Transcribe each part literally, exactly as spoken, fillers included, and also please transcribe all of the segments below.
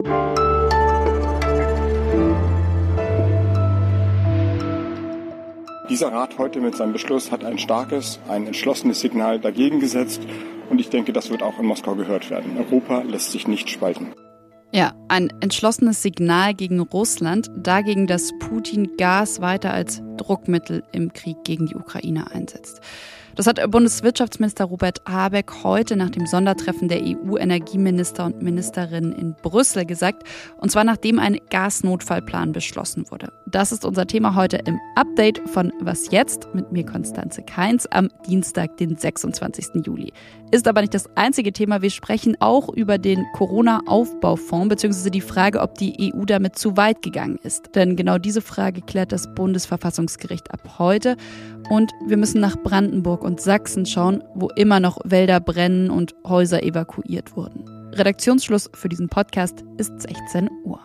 Dieser Rat heute mit seinem Beschluss hat ein starkes, ein entschlossenes Signal dagegen gesetzt. Und ich denke, das wird auch in Moskau gehört werden. Europa lässt sich nicht spalten. Ja, ein entschlossenes Signal gegen Russland, dagegen, dass Putin Gas weiter als Druckmittel im Krieg gegen die Ukraine einsetzt. Das hat Bundeswirtschaftsminister Robert Habeck heute nach dem Sondertreffen der E U-Energieminister und Ministerinnen in Brüssel gesagt. Und zwar nachdem ein Gasnotfallplan beschlossen wurde. Das ist unser Thema heute im Update von Was jetzt? Mit mir Constanze Keins am Dienstag, den sechsundzwanzigsten Juli. Ist aber nicht das einzige Thema. Wir sprechen auch über den Corona-Aufbaufonds bzw. die Frage, ob die E U damit zu weit gegangen ist. Denn genau diese Frage klärt das Bundesverfassungsgericht ab heute. Und wir müssen nach Brandenburg und Sachsen schauen, wo immer noch Wälder brennen und Häuser evakuiert wurden. Redaktionsschluss für diesen Podcast ist sechzehn Uhr.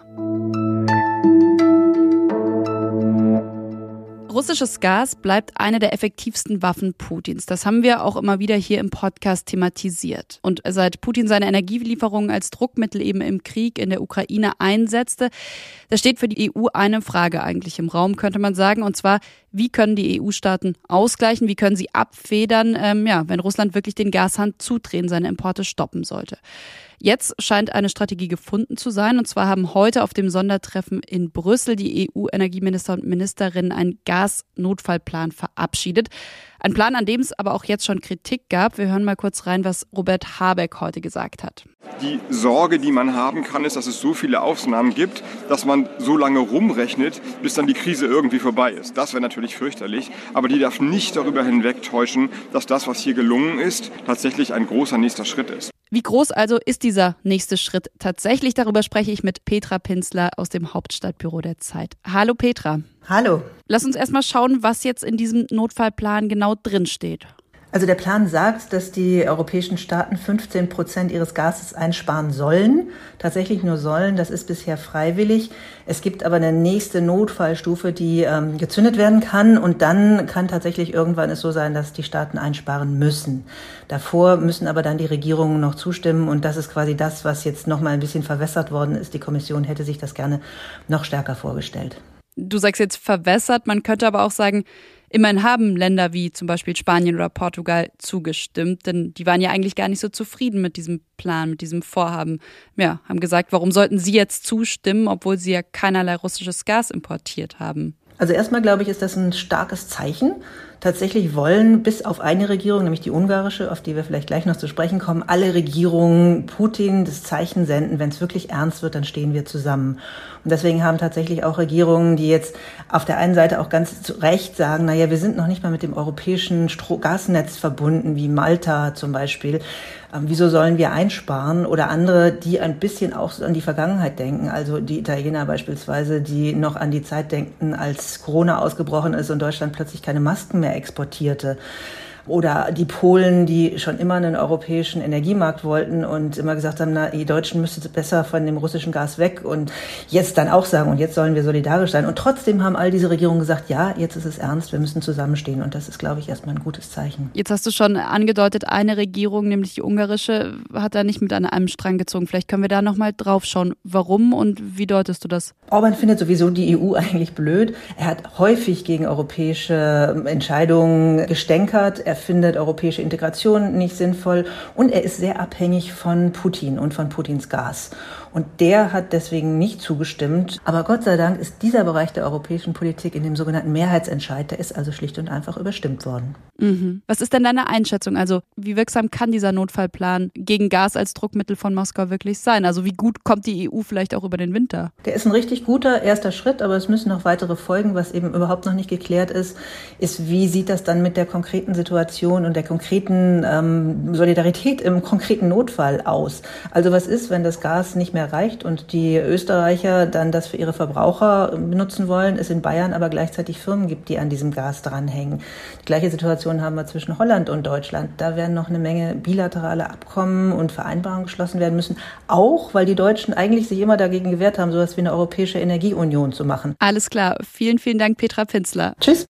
Russisches Gas bleibt eine der effektivsten Waffen Putins. Das haben wir auch immer wieder hier im Podcast thematisiert. Und seit Putin seine Energielieferungen als Druckmittel eben im Krieg in der Ukraine einsetzte, da steht für die E U eine Frage eigentlich im Raum, könnte man sagen. Und zwar, wie können die E U-Staaten ausgleichen, wie können sie abfedern, ähm, ja, wenn Russland wirklich den Gashahn zudrehen, seine Importe stoppen sollte. Jetzt scheint eine Strategie gefunden zu sein. Und zwar haben heute auf dem Sondertreffen in Brüssel die E U-Energieminister und Ministerinnen einen Gasnotfallplan verabschiedet. Ein Plan, an dem es aber auch jetzt schon Kritik gab. Wir hören mal kurz rein, was Robert Habeck heute gesagt hat. Die Sorge, die man haben kann, ist, dass es so viele Ausnahmen gibt, dass man so lange rumrechnet, bis dann die Krise irgendwie vorbei ist. Das wäre natürlich fürchterlich, aber die darf nicht darüber hinwegtäuschen, dass das, was hier gelungen ist, tatsächlich ein großer nächster Schritt ist. Wie groß also ist dieser nächste Schritt tatsächlich? Darüber spreche ich mit Petra Pinzler aus dem Hauptstadtbüro der Zeit. Hallo Petra. Hallo. Lass uns erstmal schauen, was jetzt in diesem Notfallplan genau drinsteht. Also der Plan sagt, dass die europäischen Staaten fünfzehn Prozent ihres Gases einsparen sollen. Tatsächlich nur sollen, das ist bisher freiwillig. Es gibt aber eine nächste Notfallstufe, die ähm, gezündet werden kann. Und dann kann tatsächlich irgendwann es so sein, dass die Staaten einsparen müssen. Davor müssen aber dann die Regierungen noch zustimmen. Und das ist quasi das, was jetzt noch mal ein bisschen verwässert worden ist. Die Kommission hätte sich das gerne noch stärker vorgestellt. Du sagst jetzt verwässert, man könnte aber auch sagen, immerhin haben Länder wie zum Beispiel Spanien oder Portugal zugestimmt, denn die waren ja eigentlich gar nicht so zufrieden mit diesem Plan, mit diesem Vorhaben. Ja, haben gesagt, warum sollten sie jetzt zustimmen, obwohl sie ja keinerlei russisches Gas importiert haben? Also erstmal, glaube ich, ist das ein starkes Zeichen. Tatsächlich wollen bis auf eine Regierung, nämlich die ungarische, auf die wir vielleicht gleich noch zu sprechen kommen, alle Regierungen Putin das Zeichen senden, wenn es wirklich ernst wird, dann stehen wir zusammen. Und deswegen haben tatsächlich auch Regierungen, die jetzt auf der einen Seite auch ganz zu Recht sagen, naja, wir sind noch nicht mal mit dem europäischen Stro- Gasnetz verbunden, wie Malta zum Beispiel. Ähm, wieso sollen wir einsparen? Oder andere, die ein bisschen auch an die Vergangenheit denken. Also die Italiener beispielsweise, die noch an die Zeit denken, als Corona ausgebrochen ist und Deutschland plötzlich keine Masken mehr exportierte. Oder die Polen, die schon immer einen europäischen Energiemarkt wollten und immer gesagt haben, na, die Deutschen müssten besser von dem russischen Gas weg und jetzt dann auch sagen, und jetzt sollen wir solidarisch sein. Und trotzdem haben all diese Regierungen gesagt, ja, jetzt ist es ernst, wir müssen zusammenstehen. Und das ist, glaube ich, erstmal ein gutes Zeichen. Jetzt hast du schon angedeutet, eine Regierung, nämlich die ungarische, hat da nicht mit an einem Strang gezogen. Vielleicht können wir da nochmal drauf schauen. Warum und wie deutest du das? Orban findet sowieso die E U eigentlich blöd. Er hat häufig gegen europäische Entscheidungen gestänkert. Er findet europäische Integration nicht sinnvoll und er ist sehr abhängig von Putin und von Putins Gas. Und der hat deswegen nicht zugestimmt. Aber Gott sei Dank ist dieser Bereich der europäischen Politik in dem sogenannten Mehrheitsentscheid, der ist also schlicht und einfach überstimmt worden. Mhm. Was ist denn deine Einschätzung? Also wie wirksam kann dieser Notfallplan gegen Gas als Druckmittel von Moskau wirklich sein? Also wie gut kommt die E U vielleicht auch über den Winter? Der ist ein richtig guter erster Schritt, aber es müssen noch weitere folgen. Was eben überhaupt noch nicht geklärt ist, ist, wie sieht das dann mit der konkreten Situation und der konkreten ähm, Solidarität im konkreten Notfall aus? Also was ist, wenn das Gas nicht mehr reicht und die Österreicher dann das für ihre Verbraucher benutzen wollen, es in Bayern aber gleichzeitig Firmen gibt, die an diesem Gas dranhängen. Die gleiche Situation haben wir zwischen Holland und Deutschland. Da werden noch eine Menge bilaterale Abkommen und Vereinbarungen geschlossen werden müssen, auch weil die Deutschen eigentlich sich immer dagegen gewehrt haben, sowas wie eine europäische Energieunion zu machen. Alles klar. Vielen, vielen Dank, Petra Pinzler. Tschüss.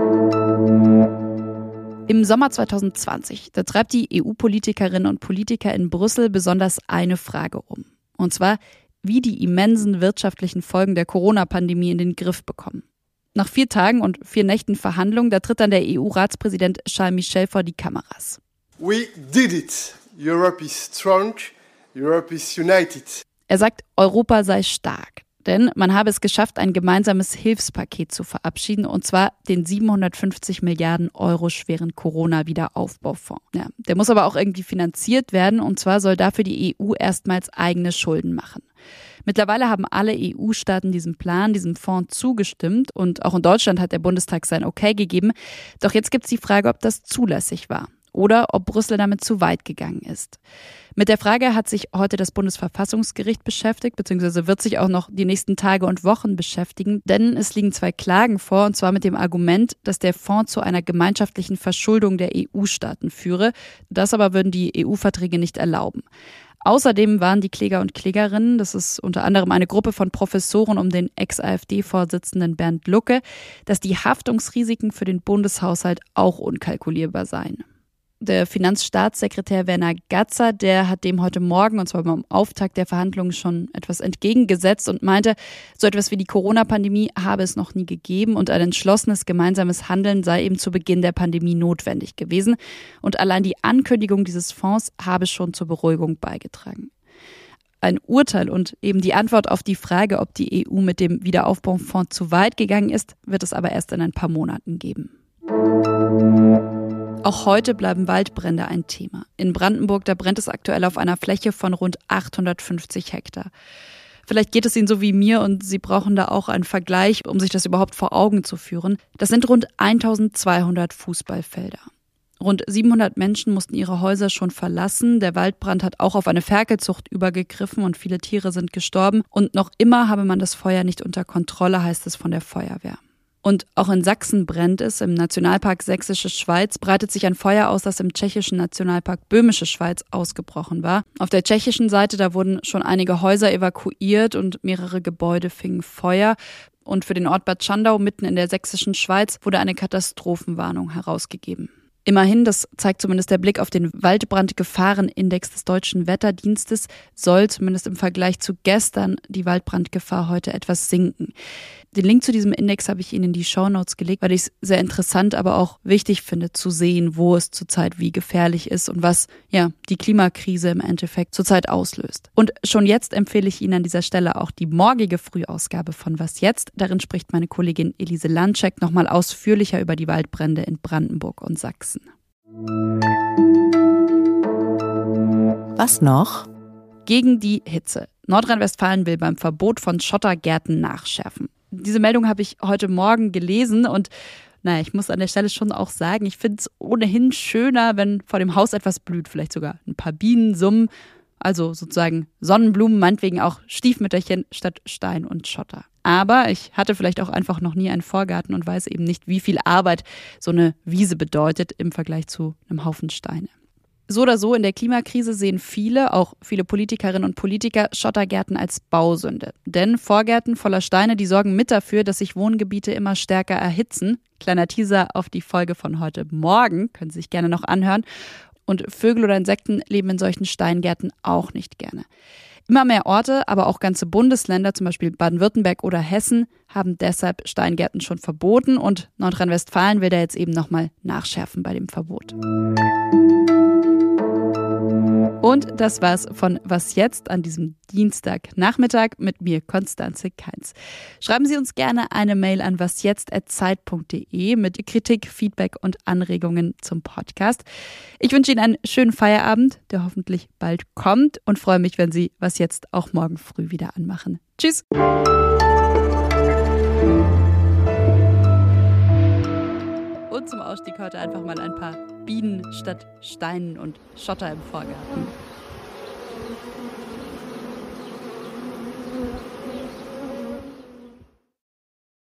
Im Sommer zwanzig zwanzig, da treibt die E U-Politikerinnen und Politiker in Brüssel besonders eine Frage um. Und zwar, wie die immensen wirtschaftlichen Folgen der Corona-Pandemie in den Griff bekommen. Nach vier Tagen und vier Nächten Verhandlungen, da tritt dann der E U-Ratspräsident Charles Michel vor die Kameras. We did it. Europe is strong. Europe is united. Er sagt, Europa sei stark. Denn man habe es geschafft, ein gemeinsames Hilfspaket zu verabschieden, und zwar den siebenhundertfünfzig Milliarden Euro schweren Corona-Wiederaufbaufonds. Ja, der muss aber auch irgendwie finanziert werden, und zwar soll dafür die E U erstmals eigene Schulden machen. Mittlerweile haben alle E U-Staaten diesem Plan, diesem Fonds zugestimmt, und auch in Deutschland hat der Bundestag sein Okay gegeben. Doch jetzt gibt es die Frage, ob das zulässig war oder ob Brüssel damit zu weit gegangen ist. Mit der Frage hat sich heute das Bundesverfassungsgericht beschäftigt, beziehungsweise wird sich auch noch die nächsten Tage und Wochen beschäftigen, denn es liegen zwei Klagen vor, und zwar mit dem Argument, dass der Fonds zu einer gemeinschaftlichen Verschuldung der E U-Staaten führe. Das aber würden die E U-Verträge nicht erlauben. Außerdem waren die Kläger und Klägerinnen, das ist unter anderem eine Gruppe von Professoren um den Ex-AfD-Vorsitzenden Bernd Lucke, dass die Haftungsrisiken für den Bundeshaushalt auch unkalkulierbar seien. Der Finanzstaatssekretär Werner Gatzer, der hat dem heute Morgen, und zwar beim Auftakt der Verhandlungen, schon etwas entgegengesetzt und meinte, so etwas wie die Corona-Pandemie habe es noch nie gegeben und ein entschlossenes gemeinsames Handeln sei eben zu Beginn der Pandemie notwendig gewesen. Und allein die Ankündigung dieses Fonds habe schon zur Beruhigung beigetragen. Ein Urteil und eben die Antwort auf die Frage, ob die E U mit dem Wiederaufbaufonds zu weit gegangen ist, wird es aber erst in ein paar Monaten geben. Auch heute bleiben Waldbrände ein Thema. In Brandenburg, da brennt es aktuell auf einer Fläche von rund achthundertfünfzig Hektar. Vielleicht geht es Ihnen so wie mir und Sie brauchen da auch einen Vergleich, um sich das überhaupt vor Augen zu führen. Das sind rund eintausendzweihundert Fußballfelder. Rund siebenhundert Menschen mussten ihre Häuser schon verlassen. Der Waldbrand hat auch auf eine Ferkelzucht übergegriffen und viele Tiere sind gestorben. Und noch immer habe man das Feuer nicht unter Kontrolle, heißt es von der Feuerwehr. Und auch in Sachsen brennt es. Im Nationalpark Sächsische Schweiz breitet sich ein Feuer aus, das im tschechischen Nationalpark Böhmische Schweiz ausgebrochen war. Auf der tschechischen Seite, da wurden schon einige Häuser evakuiert und mehrere Gebäude fingen Feuer. Und für den Ort Bad Schandau mitten in der Sächsischen Schweiz wurde eine Katastrophenwarnung herausgegeben. Immerhin, das zeigt zumindest der Blick auf den Waldbrandgefahrenindex des Deutschen Wetterdienstes, soll zumindest im Vergleich zu gestern die Waldbrandgefahr heute etwas sinken. Den Link zu diesem Index habe ich Ihnen in die Shownotes gelegt, weil ich es sehr interessant, aber auch wichtig finde, zu sehen, wo es zurzeit wie gefährlich ist und was ja die Klimakrise im Endeffekt zurzeit auslöst. Und schon jetzt empfehle ich Ihnen an dieser Stelle auch die morgige Frühausgabe von Was jetzt? Darin spricht meine Kollegin Elise Landcheck nochmal ausführlicher über die Waldbrände in Brandenburg und Sachsen. Was noch? Gegen die Hitze. Nordrhein-Westfalen will beim Verbot von Schottergärten nachschärfen. Diese Meldung habe ich heute Morgen gelesen und naja, ich muss an der Stelle schon auch sagen, ich finde es ohnehin schöner, wenn vor dem Haus etwas blüht, vielleicht sogar ein paar Bienen summen, also sozusagen Sonnenblumen, meinetwegen auch Stiefmütterchen statt Stein und Schotter. Aber ich hatte vielleicht auch einfach noch nie einen Vorgarten und weiß eben nicht, wie viel Arbeit so eine Wiese bedeutet im Vergleich zu einem Haufen Steine. So oder so, in der Klimakrise sehen viele, auch viele Politikerinnen und Politiker, Schottergärten als Bausünde. Denn Vorgärten voller Steine, die sorgen mit dafür, dass sich Wohngebiete immer stärker erhitzen. Kleiner Teaser auf die Folge von heute Morgen, können Sie sich gerne noch anhören. Und Vögel oder Insekten leben in solchen Steingärten auch nicht gerne. Immer mehr Orte, aber auch ganze Bundesländer, zum Beispiel Baden-Württemberg oder Hessen, haben deshalb Steingärten schon verboten. Und Nordrhein-Westfalen will da jetzt eben nochmal nachschärfen bei dem Verbot. Und das war's von Was jetzt an diesem Dienstagnachmittag mit mir, Constanze Keins. Schreiben Sie uns gerne eine Mail an wasjetzt at zeit punkt de mit Kritik, Feedback und Anregungen zum Podcast. Ich wünsche Ihnen einen schönen Feierabend, der hoffentlich bald kommt, und freue mich, wenn Sie Was jetzt auch morgen früh wieder anmachen. Tschüss! Und zum Ausstieg heute einfach mal ein paar Bienen statt Steinen und Schotter im Vorgarten.